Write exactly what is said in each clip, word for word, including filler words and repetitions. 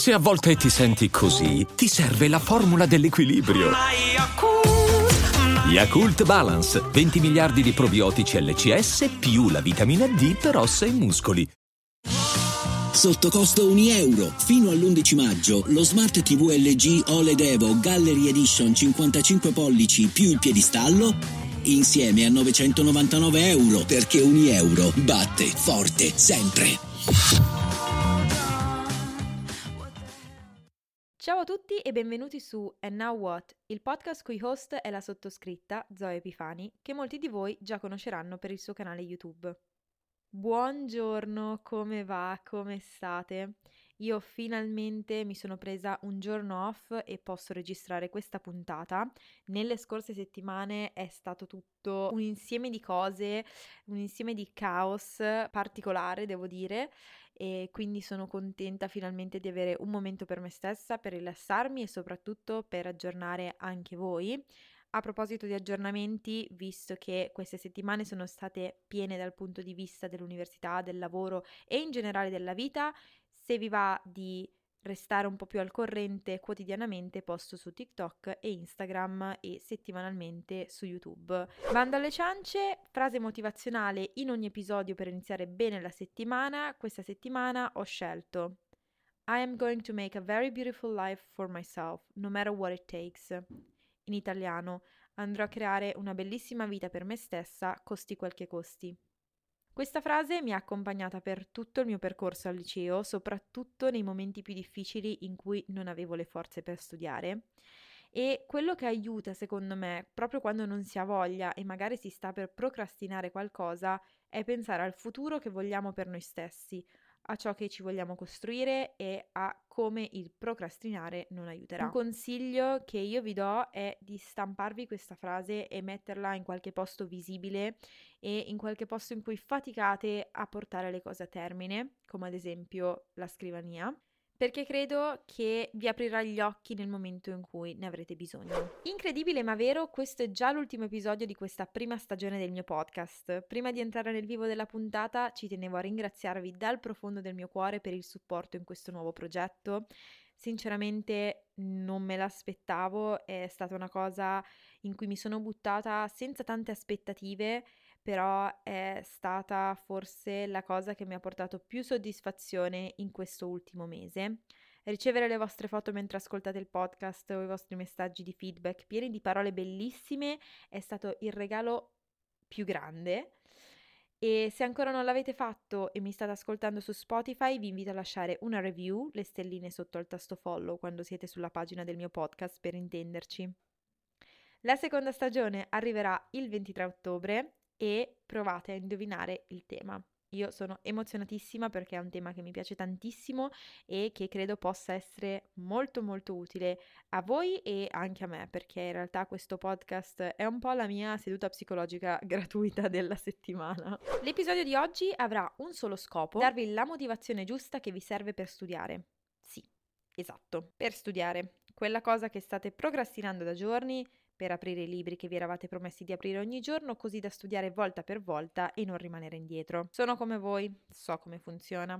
Se a volte ti senti così, ti serve la formula dell'equilibrio. Yakult Balance, venti miliardi di probiotici L C S più la vitamina D per ossa e muscoli. Sotto costo un euro. Fino all'undici maggio, lo Smart T V L G O L E D Evo Gallery Edition cinquantacinque pollici più il piedistallo, insieme a novecentonovantanove euro, perché un euro batte forte sempre. Ciao a tutti e benvenuti su And Now What, il podcast cui host è la sottoscritta Zoe Epifani, che molti di voi già conosceranno per il suo canale YouTube. Buongiorno, come va? Come state? Io finalmente mi sono presa un giorno off e posso registrare questa puntata. Nelle scorse settimane è stato tutto un insieme di cose, un insieme di caos particolare, devo dire, e quindi sono contenta finalmente di avere un momento per me stessa, per rilassarmi e soprattutto per aggiornare anche voi. A proposito di aggiornamenti, visto che queste settimane sono state piene dal punto di vista dell'università, del lavoro e in generale della vita, se vi va di restare un po' più al corrente quotidianamente, posto su TikTok e Instagram e settimanalmente su YouTube. Bando alle ciance, frase motivazionale in ogni episodio per iniziare bene la settimana. Questa settimana ho scelto I am going to make a very beautiful life for myself, no matter what it takes. In italiano, andrò a creare una bellissima vita per me stessa, costi quel che costi. Questa frase mi ha accompagnata per tutto il mio percorso al liceo, soprattutto nei momenti più difficili in cui non avevo le forze per studiare. E quello che aiuta, secondo me, proprio quando non si ha voglia e magari si sta per procrastinare qualcosa, è pensare al futuro che vogliamo per noi stessi, a ciò che ci vogliamo costruire e a come il procrastinare non aiuterà. Un consiglio che io vi do è di stamparvi questa frase e metterla in qualche posto visibile e in qualche posto in cui faticate a portare le cose a termine, come ad esempio la scrivania, perché credo che vi aprirà gli occhi nel momento in cui ne avrete bisogno. Incredibile ma vero, questo è già l'ultimo episodio di questa prima stagione del mio podcast. Prima di entrare nel vivo della puntata, ci tenevo a ringraziarvi dal profondo del mio cuore per il supporto in questo nuovo progetto. Sinceramente non me l'aspettavo, è stata una cosa in cui mi sono buttata senza tante aspettative, però è stata forse la cosa che mi ha portato più soddisfazione in questo ultimo mese. Ricevere le vostre foto mentre ascoltate il podcast o i vostri messaggi di feedback pieni di parole bellissime è stato il regalo più grande. E se ancora non l'avete fatto e mi state ascoltando su Spotify, vi invito a lasciare una review, le stelline sotto al tasto follow quando siete sulla pagina del mio podcast, per intenderci. La seconda stagione arriverà il ventitré ottobre e provate a indovinare il tema. Io sono emozionatissima perché è un tema che mi piace tantissimo e che credo possa essere molto molto utile a voi e anche a me, perché in realtà questo podcast è un po' la mia seduta psicologica gratuita della settimana. L'episodio di oggi avrà un solo scopo: darvi la motivazione giusta che vi serve per studiare. Sì, esatto, per studiare. Quella cosa che state procrastinando da giorni, per aprire i libri che vi eravate promessi di aprire ogni giorno, così da studiare volta per volta e non rimanere indietro. Sono come voi, so come funziona.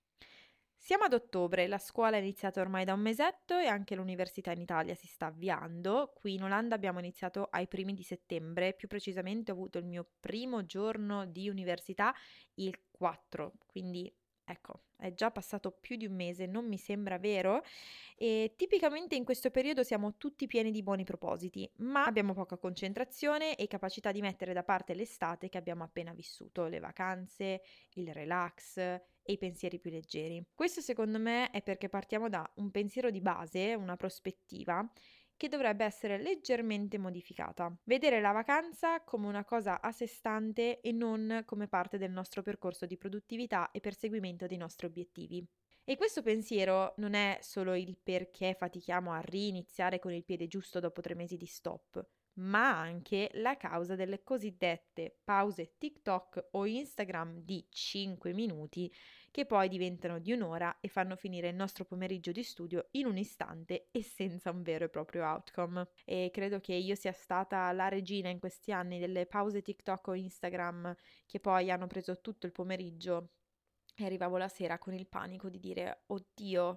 Siamo ad ottobre, la scuola è iniziata ormai da un mesetto e anche l'università in Italia si sta avviando. Qui in Olanda abbiamo iniziato ai primi di settembre, più precisamente ho avuto il mio primo giorno di università il quattro, quindi ecco, è già passato più di un mese, non mi sembra vero, e tipicamente in questo periodo siamo tutti pieni di buoni propositi, ma abbiamo poca concentrazione e capacità di mettere da parte l'estate che abbiamo appena vissuto, le vacanze, il relax e i pensieri più leggeri. Questo secondo me è perché partiamo da un pensiero di base, una prospettiva, che dovrebbe essere leggermente modificata. Vedere la vacanza come una cosa a sé stante e non come parte del nostro percorso di produttività e perseguimento dei nostri obiettivi. E questo pensiero non è solo il perché fatichiamo a riniziare con il piede giusto dopo tre mesi di stop, ma anche la causa delle cosiddette pause TikTok o Instagram di cinque minuti che poi diventano di un'ora e fanno finire il nostro pomeriggio di studio in un istante e senza un vero e proprio outcome. E credo che io sia stata la regina in questi anni delle pause TikTok o Instagram che poi hanno preso tutto il pomeriggio e arrivavo la sera con il panico di dire: oddio,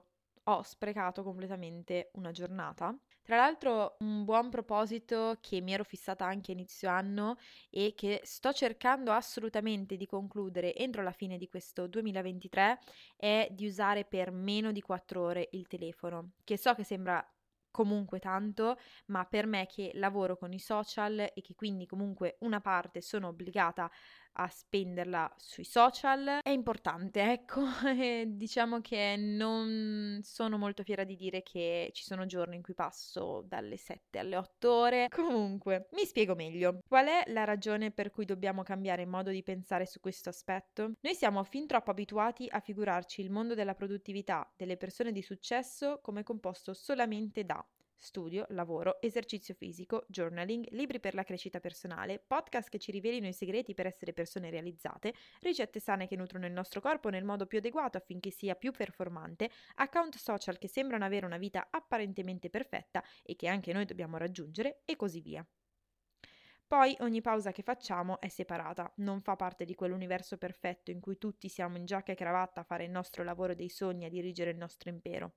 ho sprecato completamente una giornata. Tra l'altro un buon proposito che mi ero fissata anche a inizio anno e che sto cercando assolutamente di concludere entro la fine di questo duemilaventitré è di usare per meno di quattro ore il telefono, che so che sembra comunque tanto, ma per me che lavoro con i social e che quindi comunque una parte sono obbligata a spenderla sui social è importante, ecco. E diciamo che non sono molto fiera di dire che ci sono giorni in cui passo dalle sette alle otto ore. Comunque, mi spiego meglio. Qual è la ragione per cui dobbiamo cambiare modo di pensare su questo aspetto? Noi siamo fin troppo abituati a figurarci il mondo della produttività, delle persone di successo come composto solamente da studio, lavoro, esercizio fisico, journaling, libri per la crescita personale, podcast che ci rivelino i segreti per essere persone realizzate, ricette sane che nutrono il nostro corpo nel modo più adeguato affinché sia più performante, account social che sembrano avere una vita apparentemente perfetta e che anche noi dobbiamo raggiungere, e così via. Poi ogni pausa che facciamo è separata, non fa parte di quell'universo perfetto in cui tutti siamo in giacca e cravatta a fare il nostro lavoro dei sogni, a dirigere il nostro impero.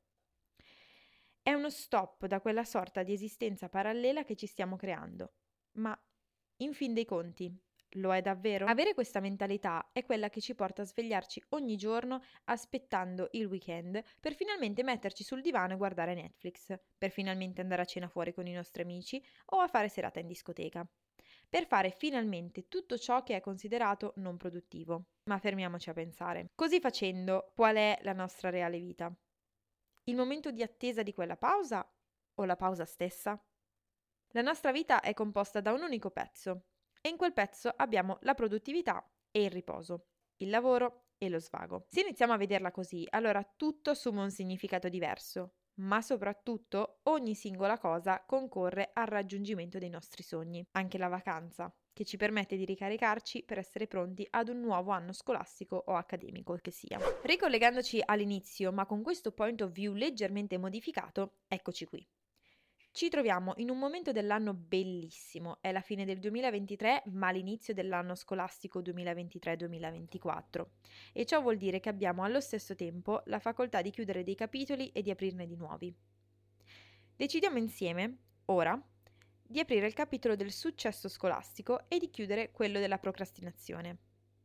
È uno stop da quella sorta di esistenza parallela che ci stiamo creando. Ma, in fin dei conti, lo è davvero? Avere questa mentalità è quella che ci porta a svegliarci ogni giorno aspettando il weekend per finalmente metterci sul divano e guardare Netflix, per finalmente andare a cena fuori con i nostri amici o a fare serata in discoteca, per fare finalmente tutto ciò che è considerato non produttivo. Ma fermiamoci a pensare. Così facendo, qual è la nostra reale vita? Il momento di attesa di quella pausa o la pausa stessa? La nostra vita è composta da un unico pezzo e in quel pezzo abbiamo la produttività e il riposo, il lavoro e lo svago. Se iniziamo a vederla così, allora tutto assume un significato diverso, ma soprattutto ogni singola cosa concorre al raggiungimento dei nostri sogni, anche la vacanza, che ci permette di ricaricarci per essere pronti ad un nuovo anno scolastico o accademico che sia. Ricollegandoci all'inizio, ma con questo point of view leggermente modificato, eccoci qui. Ci troviamo in un momento dell'anno bellissimo, è la fine del duemilaventitré ma l'inizio dell'anno scolastico duemilaventitré duemilaventiquattro e ciò vuol dire che abbiamo allo stesso tempo la facoltà di chiudere dei capitoli e di aprirne di nuovi. Decidiamo insieme, ora, di aprire il capitolo del successo scolastico e di chiudere quello della procrastinazione.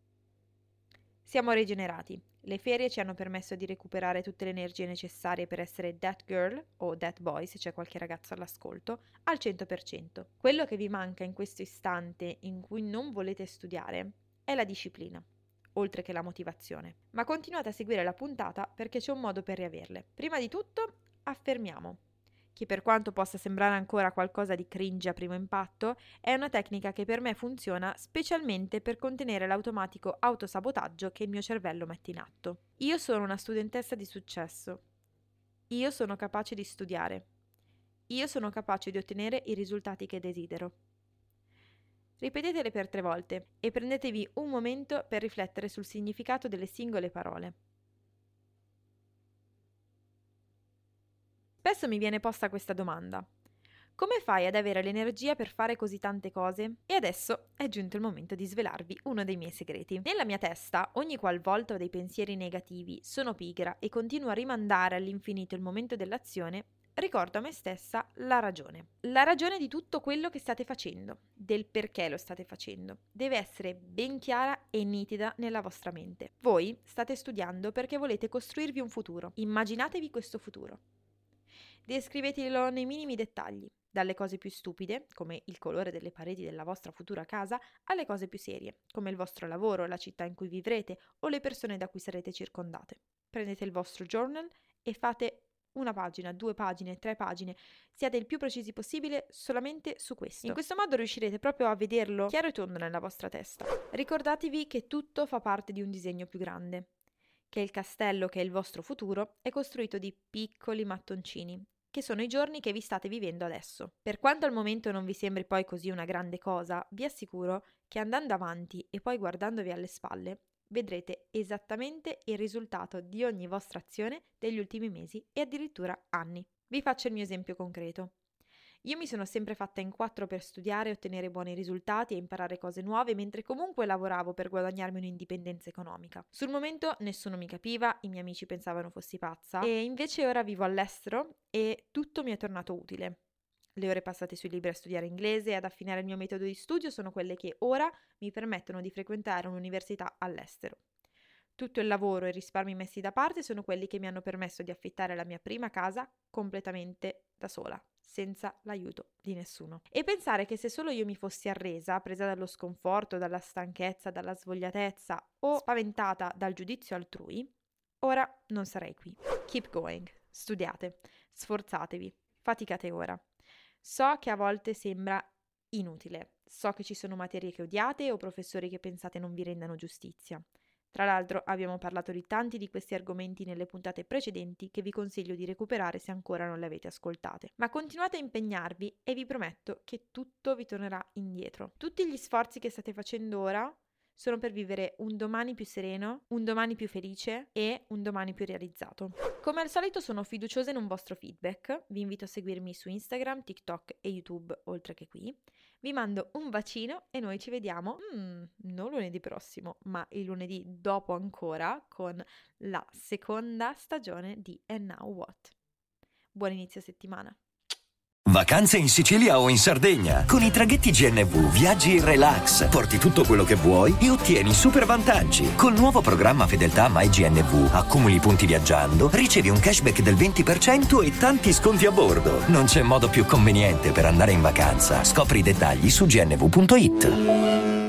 Siamo rigenerati. Le ferie ci hanno permesso di recuperare tutte le energie necessarie per essere that girl o that boy, se c'è qualche ragazzo all'ascolto, al cento per cento. Quello che vi manca in questo istante in cui non volete studiare è la disciplina, oltre che la motivazione. Ma continuate a seguire la puntata perché c'è un modo per riaverle. Prima di tutto, affermiamo che per quanto possa sembrare ancora qualcosa di cringe a primo impatto, è una tecnica che per me funziona specialmente per contenere l'automatico autosabotaggio che il mio cervello mette in atto. Io sono una studentessa di successo. Io sono capace di studiare. Io sono capace di ottenere i risultati che desidero. Ripetetele per tre volte e prendetevi un momento per riflettere sul significato delle singole parole. Spesso mi viene posta questa domanda: come fai ad avere l'energia per fare così tante cose? E adesso è giunto il momento di svelarvi uno dei miei segreti. Nella mia testa, ogni qualvolta ho dei pensieri negativi, sono pigra e continuo a rimandare all'infinito il momento dell'azione, ricordo a me stessa la ragione. La ragione di tutto quello che state facendo, del perché lo state facendo, deve essere ben chiara e nitida nella vostra mente. Voi state studiando perché volete costruirvi un futuro. Immaginatevi questo futuro. Descrivetelo nei minimi dettagli, dalle cose più stupide, come il colore delle pareti della vostra futura casa, alle cose più serie, come il vostro lavoro, la città in cui vivrete o le persone da cui sarete circondate. Prendete il vostro journal e fate una pagina, due pagine, tre pagine, siate il più precisi possibile solamente su questo. In questo modo riuscirete proprio a vederlo chiaro e tondo nella vostra testa. Ricordatevi che tutto fa parte di un disegno più grande, che il castello che è il vostro futuro è costruito di piccoli mattoncini, che sono i giorni che vi state vivendo adesso. Per quanto al momento non vi sembri poi così una grande cosa, vi assicuro che andando avanti e poi guardandovi alle spalle, vedrete esattamente il risultato di ogni vostra azione degli ultimi mesi e addirittura anni. Vi faccio il mio esempio concreto. Io mi sono sempre fatta in quattro per studiare, ottenere buoni risultati e imparare cose nuove, mentre comunque lavoravo per guadagnarmi un'indipendenza economica. Sul momento nessuno mi capiva, i miei amici pensavano fossi pazza, e invece ora vivo all'estero e tutto mi è tornato utile. Le ore passate sui libri a studiare inglese e ad affinare il mio metodo di studio sono quelle che ora mi permettono di frequentare un'università all'estero. Tutto il lavoro e i risparmi messi da parte sono quelli che mi hanno permesso di affittare la mia prima casa completamente da sola, senza l'aiuto di nessuno. E pensare che se solo io mi fossi arresa, presa dallo sconforto, dalla stanchezza, dalla svogliatezza o spaventata dal giudizio altrui, ora non sarei qui. Keep going, studiate, sforzatevi, faticate ora. So che a volte sembra inutile, so che ci sono materie che odiate o professori che pensate non vi rendano giustizia. Tra l'altro abbiamo parlato di tanti di questi argomenti nelle puntate precedenti che vi consiglio di recuperare se ancora non le avete ascoltate. Ma continuate a impegnarvi e vi prometto che tutto vi tornerà indietro. Tutti gli sforzi che state facendo ora sono per vivere un domani più sereno, un domani più felice e un domani più realizzato. Come al solito sono fiduciosa in un vostro feedback, vi invito a seguirmi su Instagram, TikTok e YouTube oltre che qui. Vi mando un bacino e noi ci vediamo, mm, non lunedì prossimo, ma il lunedì dopo ancora con la seconda stagione di And Now What. Buon inizio settimana! Vacanze in Sicilia o in Sardegna. Con i traghetti G N V viaggi in relax, porti tutto quello che vuoi e ottieni super vantaggi. Col nuovo programma Fedeltà MyGNV accumuli punti viaggiando, ricevi un cashback del venti per cento e tanti sconti a bordo. Non c'è modo più conveniente per andare in vacanza. Scopri i dettagli su gnv punto it.